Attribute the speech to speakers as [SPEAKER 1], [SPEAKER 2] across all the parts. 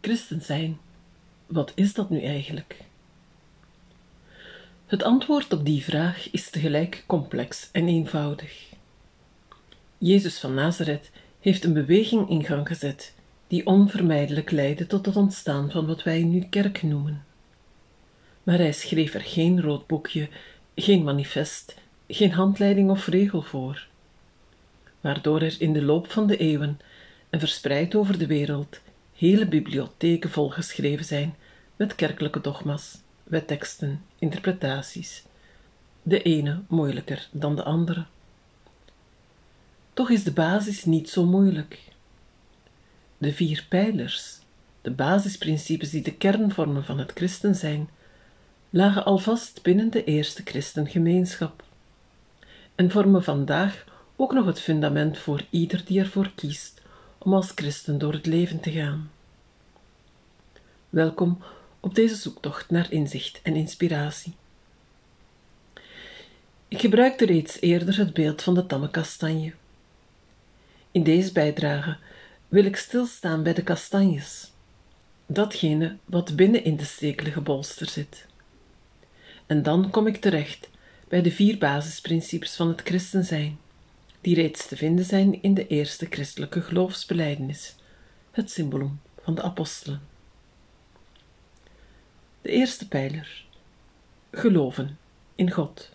[SPEAKER 1] Christen zijn, wat is dat nu eigenlijk? Het antwoord op die vraag is tegelijk complex en eenvoudig. Jezus van Nazareth heeft een beweging in gang gezet die onvermijdelijk leidde tot het ontstaan van wat wij nu kerk noemen. Maar hij schreef er geen rood boekje, geen manifest, geen handleiding of regel voor, waardoor er in de loop van de eeuwen en verspreid over de wereld hele bibliotheken volgeschreven zijn met kerkelijke dogma's, wetteksten, interpretaties, de ene moeilijker dan de andere. Toch is de basis niet zo moeilijk. De 4 pijlers, de basisprincipes die de kern vormen van het christen zijn, lagen al vast binnen de eerste christengemeenschap en vormen vandaag ook nog het fundament voor ieder die ervoor kiest om als christen door het leven te gaan. Welkom op deze zoektocht naar inzicht en inspiratie. Ik gebruikte reeds eerder het beeld van de tamme kastanje. In deze bijdrage wil ik stilstaan bij de kastanjes, datgene wat binnen in de stekelige bolster zit. En dan kom ik terecht bij de 4 basisprincipes van het christen zijn, die reeds te vinden zijn in de eerste christelijke geloofsbelijdenis, het symbolum van de apostelen. De eerste pijler: geloven in God.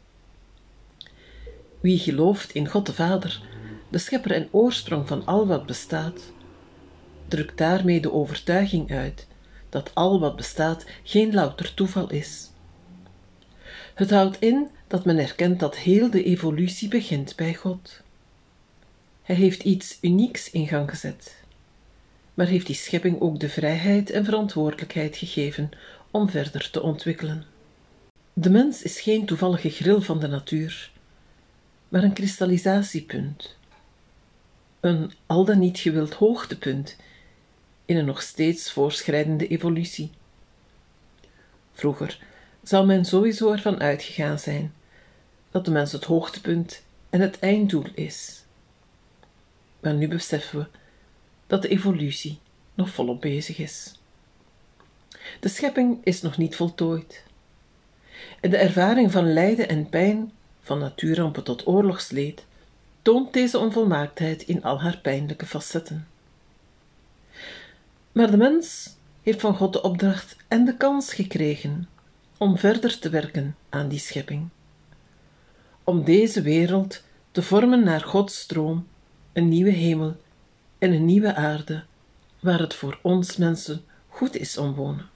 [SPEAKER 1] Wie gelooft in God de Vader, de schepper en oorsprong van al wat bestaat, drukt daarmee de overtuiging uit dat al wat bestaat geen louter toeval is. Het houdt in dat men erkent dat heel de evolutie begint bij God. Hij heeft iets unieks in gang gezet, maar heeft die schepping ook de vrijheid en verantwoordelijkheid gegeven om verder te ontwikkelen. De mens is geen toevallige gril van de natuur, maar een kristallisatiepunt, een al dan niet gewild hoogtepunt in een nog steeds voortschrijdende evolutie. Vroeger zou men sowieso ervan uitgegaan zijn dat de mens het hoogtepunt en het einddoel is. Maar nu beseffen we dat de evolutie nog volop bezig is. De schepping is nog niet voltooid. En de ervaring van lijden en pijn, van natuurrampen tot oorlogsleed, toont deze onvolmaaktheid in al haar pijnlijke facetten. Maar de mens heeft van God de opdracht en de kans gekregen om verder te werken aan die schepping. Om deze wereld te vormen naar Gods droom, een nieuwe hemel en een nieuwe aarde, waar het voor ons mensen goed is om wonen.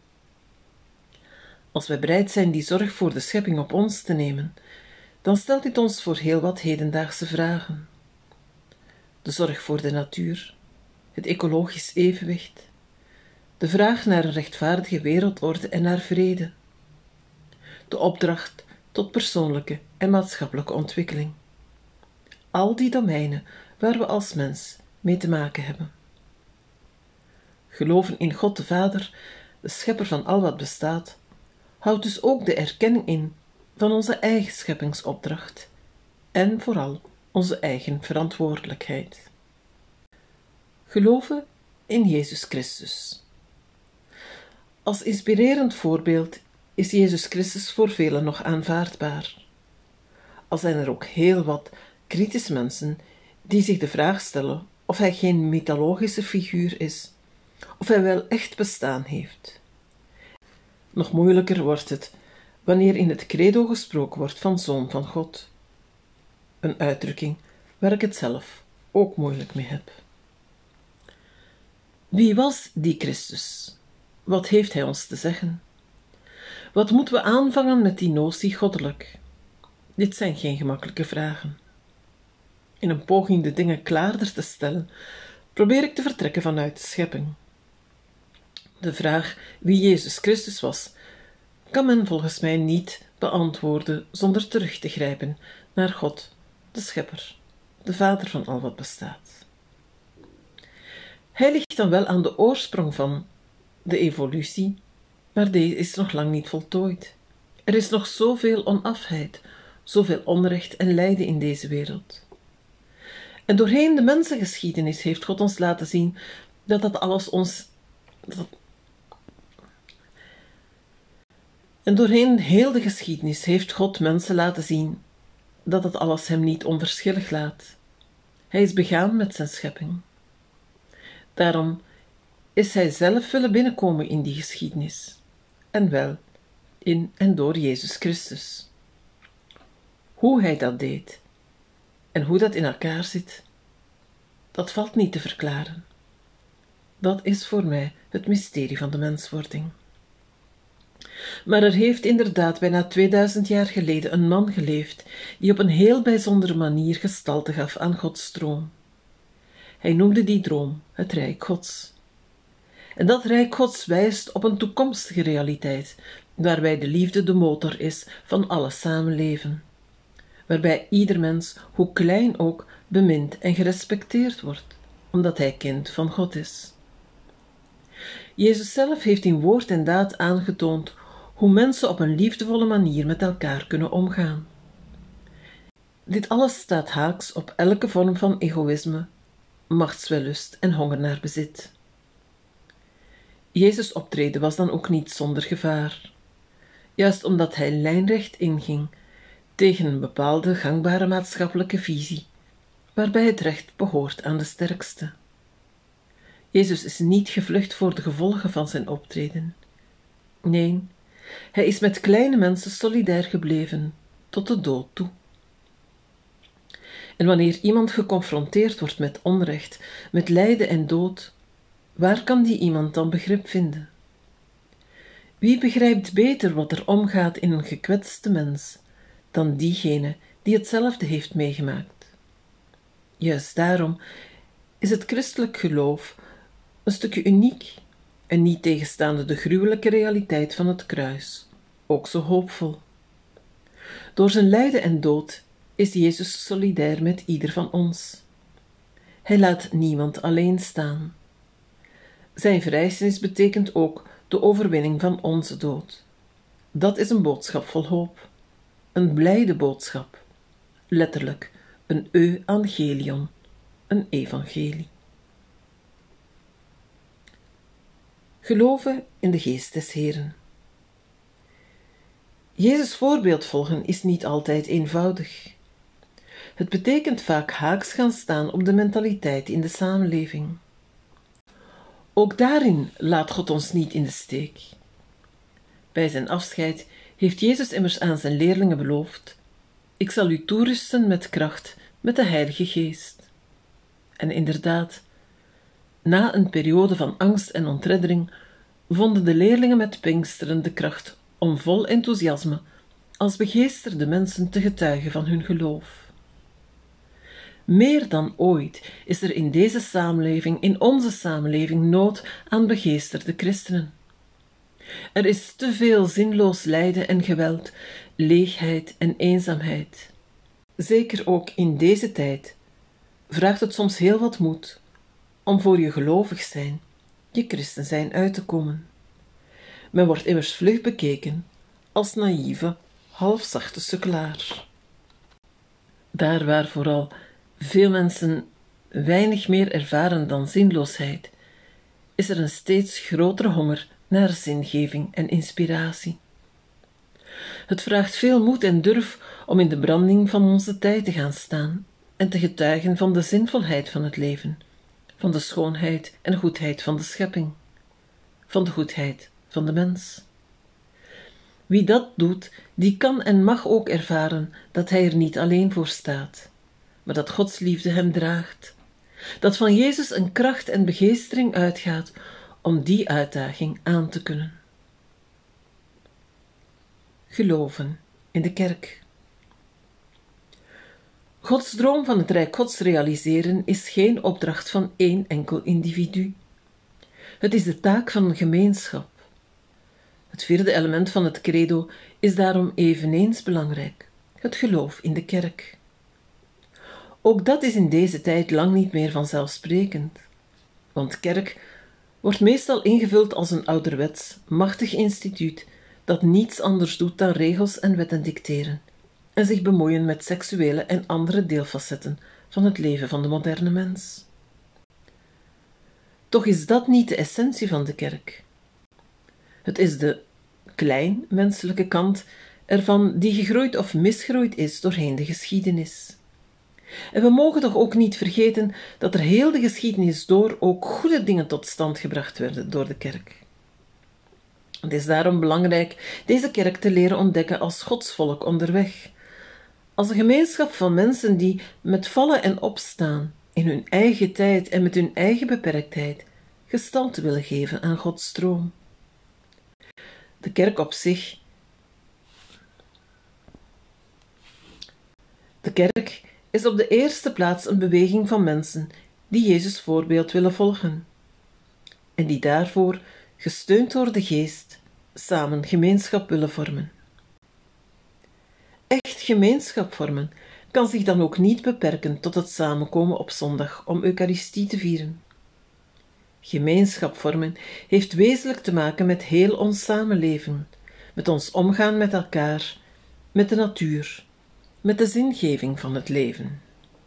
[SPEAKER 1] Als wij bereid zijn die zorg voor de schepping op ons te nemen, dan stelt dit ons voor heel wat hedendaagse vragen. De zorg voor de natuur, het ecologisch evenwicht, de vraag naar een rechtvaardige wereldorde en naar vrede, de opdracht tot persoonlijke en maatschappelijke ontwikkeling. Al die domeinen waar we als mens mee te maken hebben. Geloven in God de Vader, de schepper van al wat bestaat, houdt dus ook de erkenning in van onze eigen scheppingsopdracht en vooral onze eigen verantwoordelijkheid. Geloven in Jezus Christus. Als inspirerend voorbeeld is Jezus Christus voor velen nog aanvaardbaar. Al zijn er ook heel wat kritische mensen die zich de vraag stellen of hij geen mythologische figuur is, of hij wel echt bestaan heeft. Nog moeilijker wordt het wanneer in het credo gesproken wordt van Zoon van God. Een uitdrukking waar ik het zelf ook moeilijk mee heb. Wie was die Christus? Wat heeft hij ons te zeggen? Wat moeten we aanvangen met die notie goddelijk? Dit zijn geen gemakkelijke vragen. In een poging de dingen klaarder te stellen, probeer ik te vertrekken vanuit de schepping. De vraag wie Jezus Christus was, kan men volgens mij niet beantwoorden zonder terug te grijpen naar God, de Schepper, de Vader van al wat bestaat. Hij ligt dan wel aan de oorsprong van de evolutie, maar deze is nog lang niet voltooid. Er is nog zoveel onafheid, zoveel onrecht en lijden in deze wereld. En doorheen de mensengeschiedenis heeft God ons laten zien dat dat alles ons En doorheen heel de geschiedenis heeft God mensen laten zien dat het alles hem niet onverschillig laat. Hij is begaan met zijn schepping. Daarom is hij zelf willen binnenkomen in die geschiedenis. En wel in en door Jezus Christus. Hoe hij dat deed en hoe dat in elkaar zit, dat valt niet te verklaren. Dat is voor mij het mysterie van de menswording. Maar er heeft inderdaad bijna 2000 jaar geleden een man geleefd die op een heel bijzondere manier gestalte gaf aan Gods droom. Hij noemde die droom het Rijk Gods. En dat Rijk Gods wijst op een toekomstige realiteit, waarbij de liefde de motor is van alle samenleven. Waarbij ieder mens, hoe klein ook, bemind en gerespecteerd wordt, omdat hij kind van God is. Jezus zelf heeft in woord en daad aangetoond hoe mensen op een liefdevolle manier met elkaar kunnen omgaan. Dit alles staat haaks op elke vorm van egoïsme, machtswellust en honger naar bezit. Jezus' optreden was dan ook niet zonder gevaar, juist omdat hij lijnrecht inging tegen een bepaalde gangbare maatschappelijke visie, waarbij het recht behoort aan de sterkste. Jezus is niet gevlucht voor de gevolgen van zijn optreden. Nee, hij is met kleine mensen solidair gebleven, tot de dood toe. En wanneer iemand geconfronteerd wordt met onrecht, met lijden en dood, waar kan die iemand dan begrip vinden? Wie begrijpt beter wat er omgaat in een gekwetste mens, dan diegene die hetzelfde heeft meegemaakt? Juist daarom is het christelijk geloof een stukje uniek en niet tegenstaande de gruwelijke realiteit van het kruis, ook zo hoopvol. Door zijn lijden en dood is Jezus solidair met ieder van ons. Hij laat niemand alleen staan. Zijn verrijzenis betekent ook de overwinning van onze dood. Dat is een boodschap vol hoop, een blijde boodschap, letterlijk een euangelion, een evangelie. Geloven in de geest des Heren. Jezus' voorbeeld volgen is niet altijd eenvoudig. Het betekent vaak haaks gaan staan op de mentaliteit in de samenleving. Ook daarin laat God ons niet in de steek. Bij zijn afscheid heeft Jezus immers aan zijn leerlingen beloofd: ik zal u toerusten met kracht, met de Heilige Geest. En inderdaad, na een periode van angst en ontreddering vonden de leerlingen met Pinksteren de kracht om vol enthousiasme als begeesterde mensen te getuigen van hun geloof. Meer dan ooit is er in deze samenleving, in onze samenleving, nood aan begeesterde christenen. Er is te veel zinloos lijden en geweld, leegheid en eenzaamheid. Zeker ook in deze tijd vraagt het soms heel wat moed om voor je gelovig zijn, je christen zijn uit te komen. Men wordt immers vlug bekeken als naïeve, halfzachte sukkelaar. Daar waar vooral veel mensen weinig meer ervaren dan zinloosheid, is er een steeds grotere honger naar zingeving en inspiratie. Het vraagt veel moed en durf om in de branding van onze tijd te gaan staan en te getuigen van de zinvolheid van het leven, van de schoonheid en goedheid van de schepping, van de goedheid van de mens. Wie dat doet, die kan en mag ook ervaren dat hij er niet alleen voor staat, maar dat Gods liefde hem draagt, dat van Jezus een kracht en begeestering uitgaat om die uitdaging aan te kunnen. Geloven in de kerk. Gods droom van het Rijk Gods realiseren is geen opdracht van één enkel individu. Het is de taak van een gemeenschap. Het vierde element van het credo is daarom eveneens belangrijk: het geloof in de kerk. Ook dat is in deze tijd lang niet meer vanzelfsprekend, want kerk wordt meestal ingevuld als een ouderwets, machtig instituut dat niets anders doet dan regels en wetten dicteren en zich bemoeien met seksuele en andere deelfacetten van het leven van de moderne mens. Toch is dat niet de essentie van de kerk. Het is de klein menselijke kant ervan die gegroeid of misgroeid is doorheen de geschiedenis. En we mogen toch ook niet vergeten dat er heel de geschiedenis door ook goede dingen tot stand gebracht werden door de kerk. Het is daarom belangrijk deze kerk te leren ontdekken als Gods volk onderweg, als een gemeenschap van mensen die met vallen en opstaan, in hun eigen tijd en met hun eigen beperktheid, gestalte willen geven aan Gods stroom. De kerk op zich. De kerk is op de eerste plaats een beweging van mensen die Jezus' voorbeeld willen volgen en die daarvoor, gesteund door de Geest, samen gemeenschap willen vormen. Echt gemeenschap vormen kan zich dan ook niet beperken tot het samenkomen op zondag om Eucharistie te vieren. Gemeenschap vormen heeft wezenlijk te maken met heel ons samenleven, met ons omgaan met elkaar, met de natuur, met de zingeving van het leven.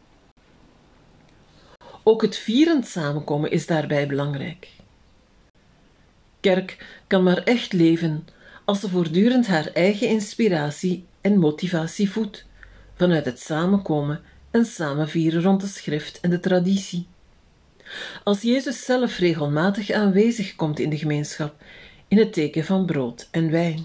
[SPEAKER 1] Ook het vierend samenkomen is daarbij belangrijk. Kerk kan maar echt leven als ze voortdurend haar eigen inspiratie en motivatie voedt vanuit het samenkomen en samenvieren rond de schrift en de traditie. Als Jezus zelf regelmatig aanwezig komt in de gemeenschap in het teken van brood en wijn.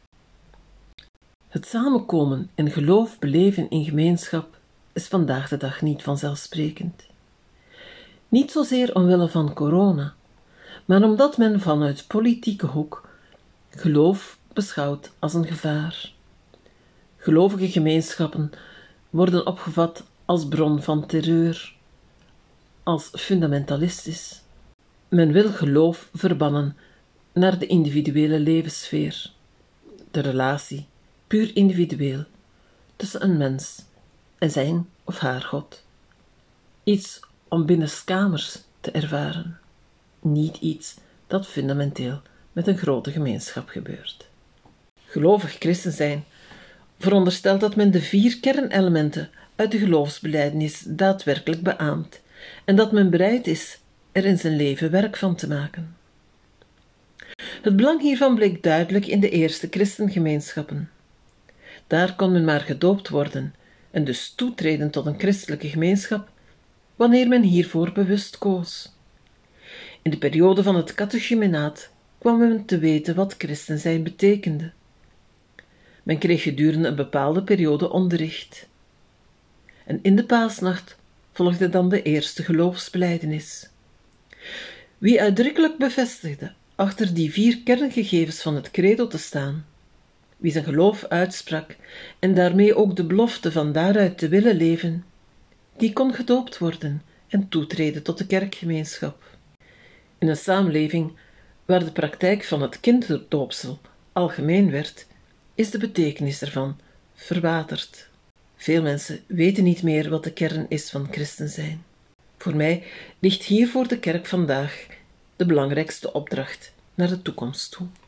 [SPEAKER 1] Het samenkomen en geloof beleven in gemeenschap is vandaag de dag niet vanzelfsprekend. Niet zozeer omwille van corona, maar omdat men vanuit politieke hoek geloof beschouwt als een gevaar. Gelovige gemeenschappen worden opgevat als bron van terreur, als fundamentalistisch. Men wil geloof verbannen naar de individuele levenssfeer, de relatie, puur individueel, tussen een mens en zijn of haar God. Iets om binnenskamers te ervaren, niet iets dat fundamenteel met een grote gemeenschap gebeurt. Gelovig christen zijn veronderstelt dat men de 4 kernelementen uit de geloofsbelijdenis daadwerkelijk beaamt en dat men bereid is er in zijn leven werk van te maken. Het belang hiervan bleek duidelijk in de eerste christengemeenschappen. Daar kon men maar gedoopt worden en dus toetreden tot een christelijke gemeenschap wanneer men hiervoor bewust koos. In de periode van het catechumenaat kwam men te weten wat christen zijn betekende. Men kreeg gedurende een bepaalde periode onderricht. En in de paasnacht volgde dan de eerste geloofsbelijdenis. Wie uitdrukkelijk bevestigde achter die 4 kerngegevens van het credo te staan, wie zijn geloof uitsprak en daarmee ook de belofte van daaruit te willen leven, die kon gedoopt worden en toetreden tot de kerkgemeenschap. In een samenleving waar de praktijk van het kinderdoopsel algemeen werd, is de betekenis ervan verwaterd. Veel mensen weten niet meer wat de kern is van christen zijn. Voor mij ligt hier voor de kerk vandaag de belangrijkste opdracht naar de toekomst toe.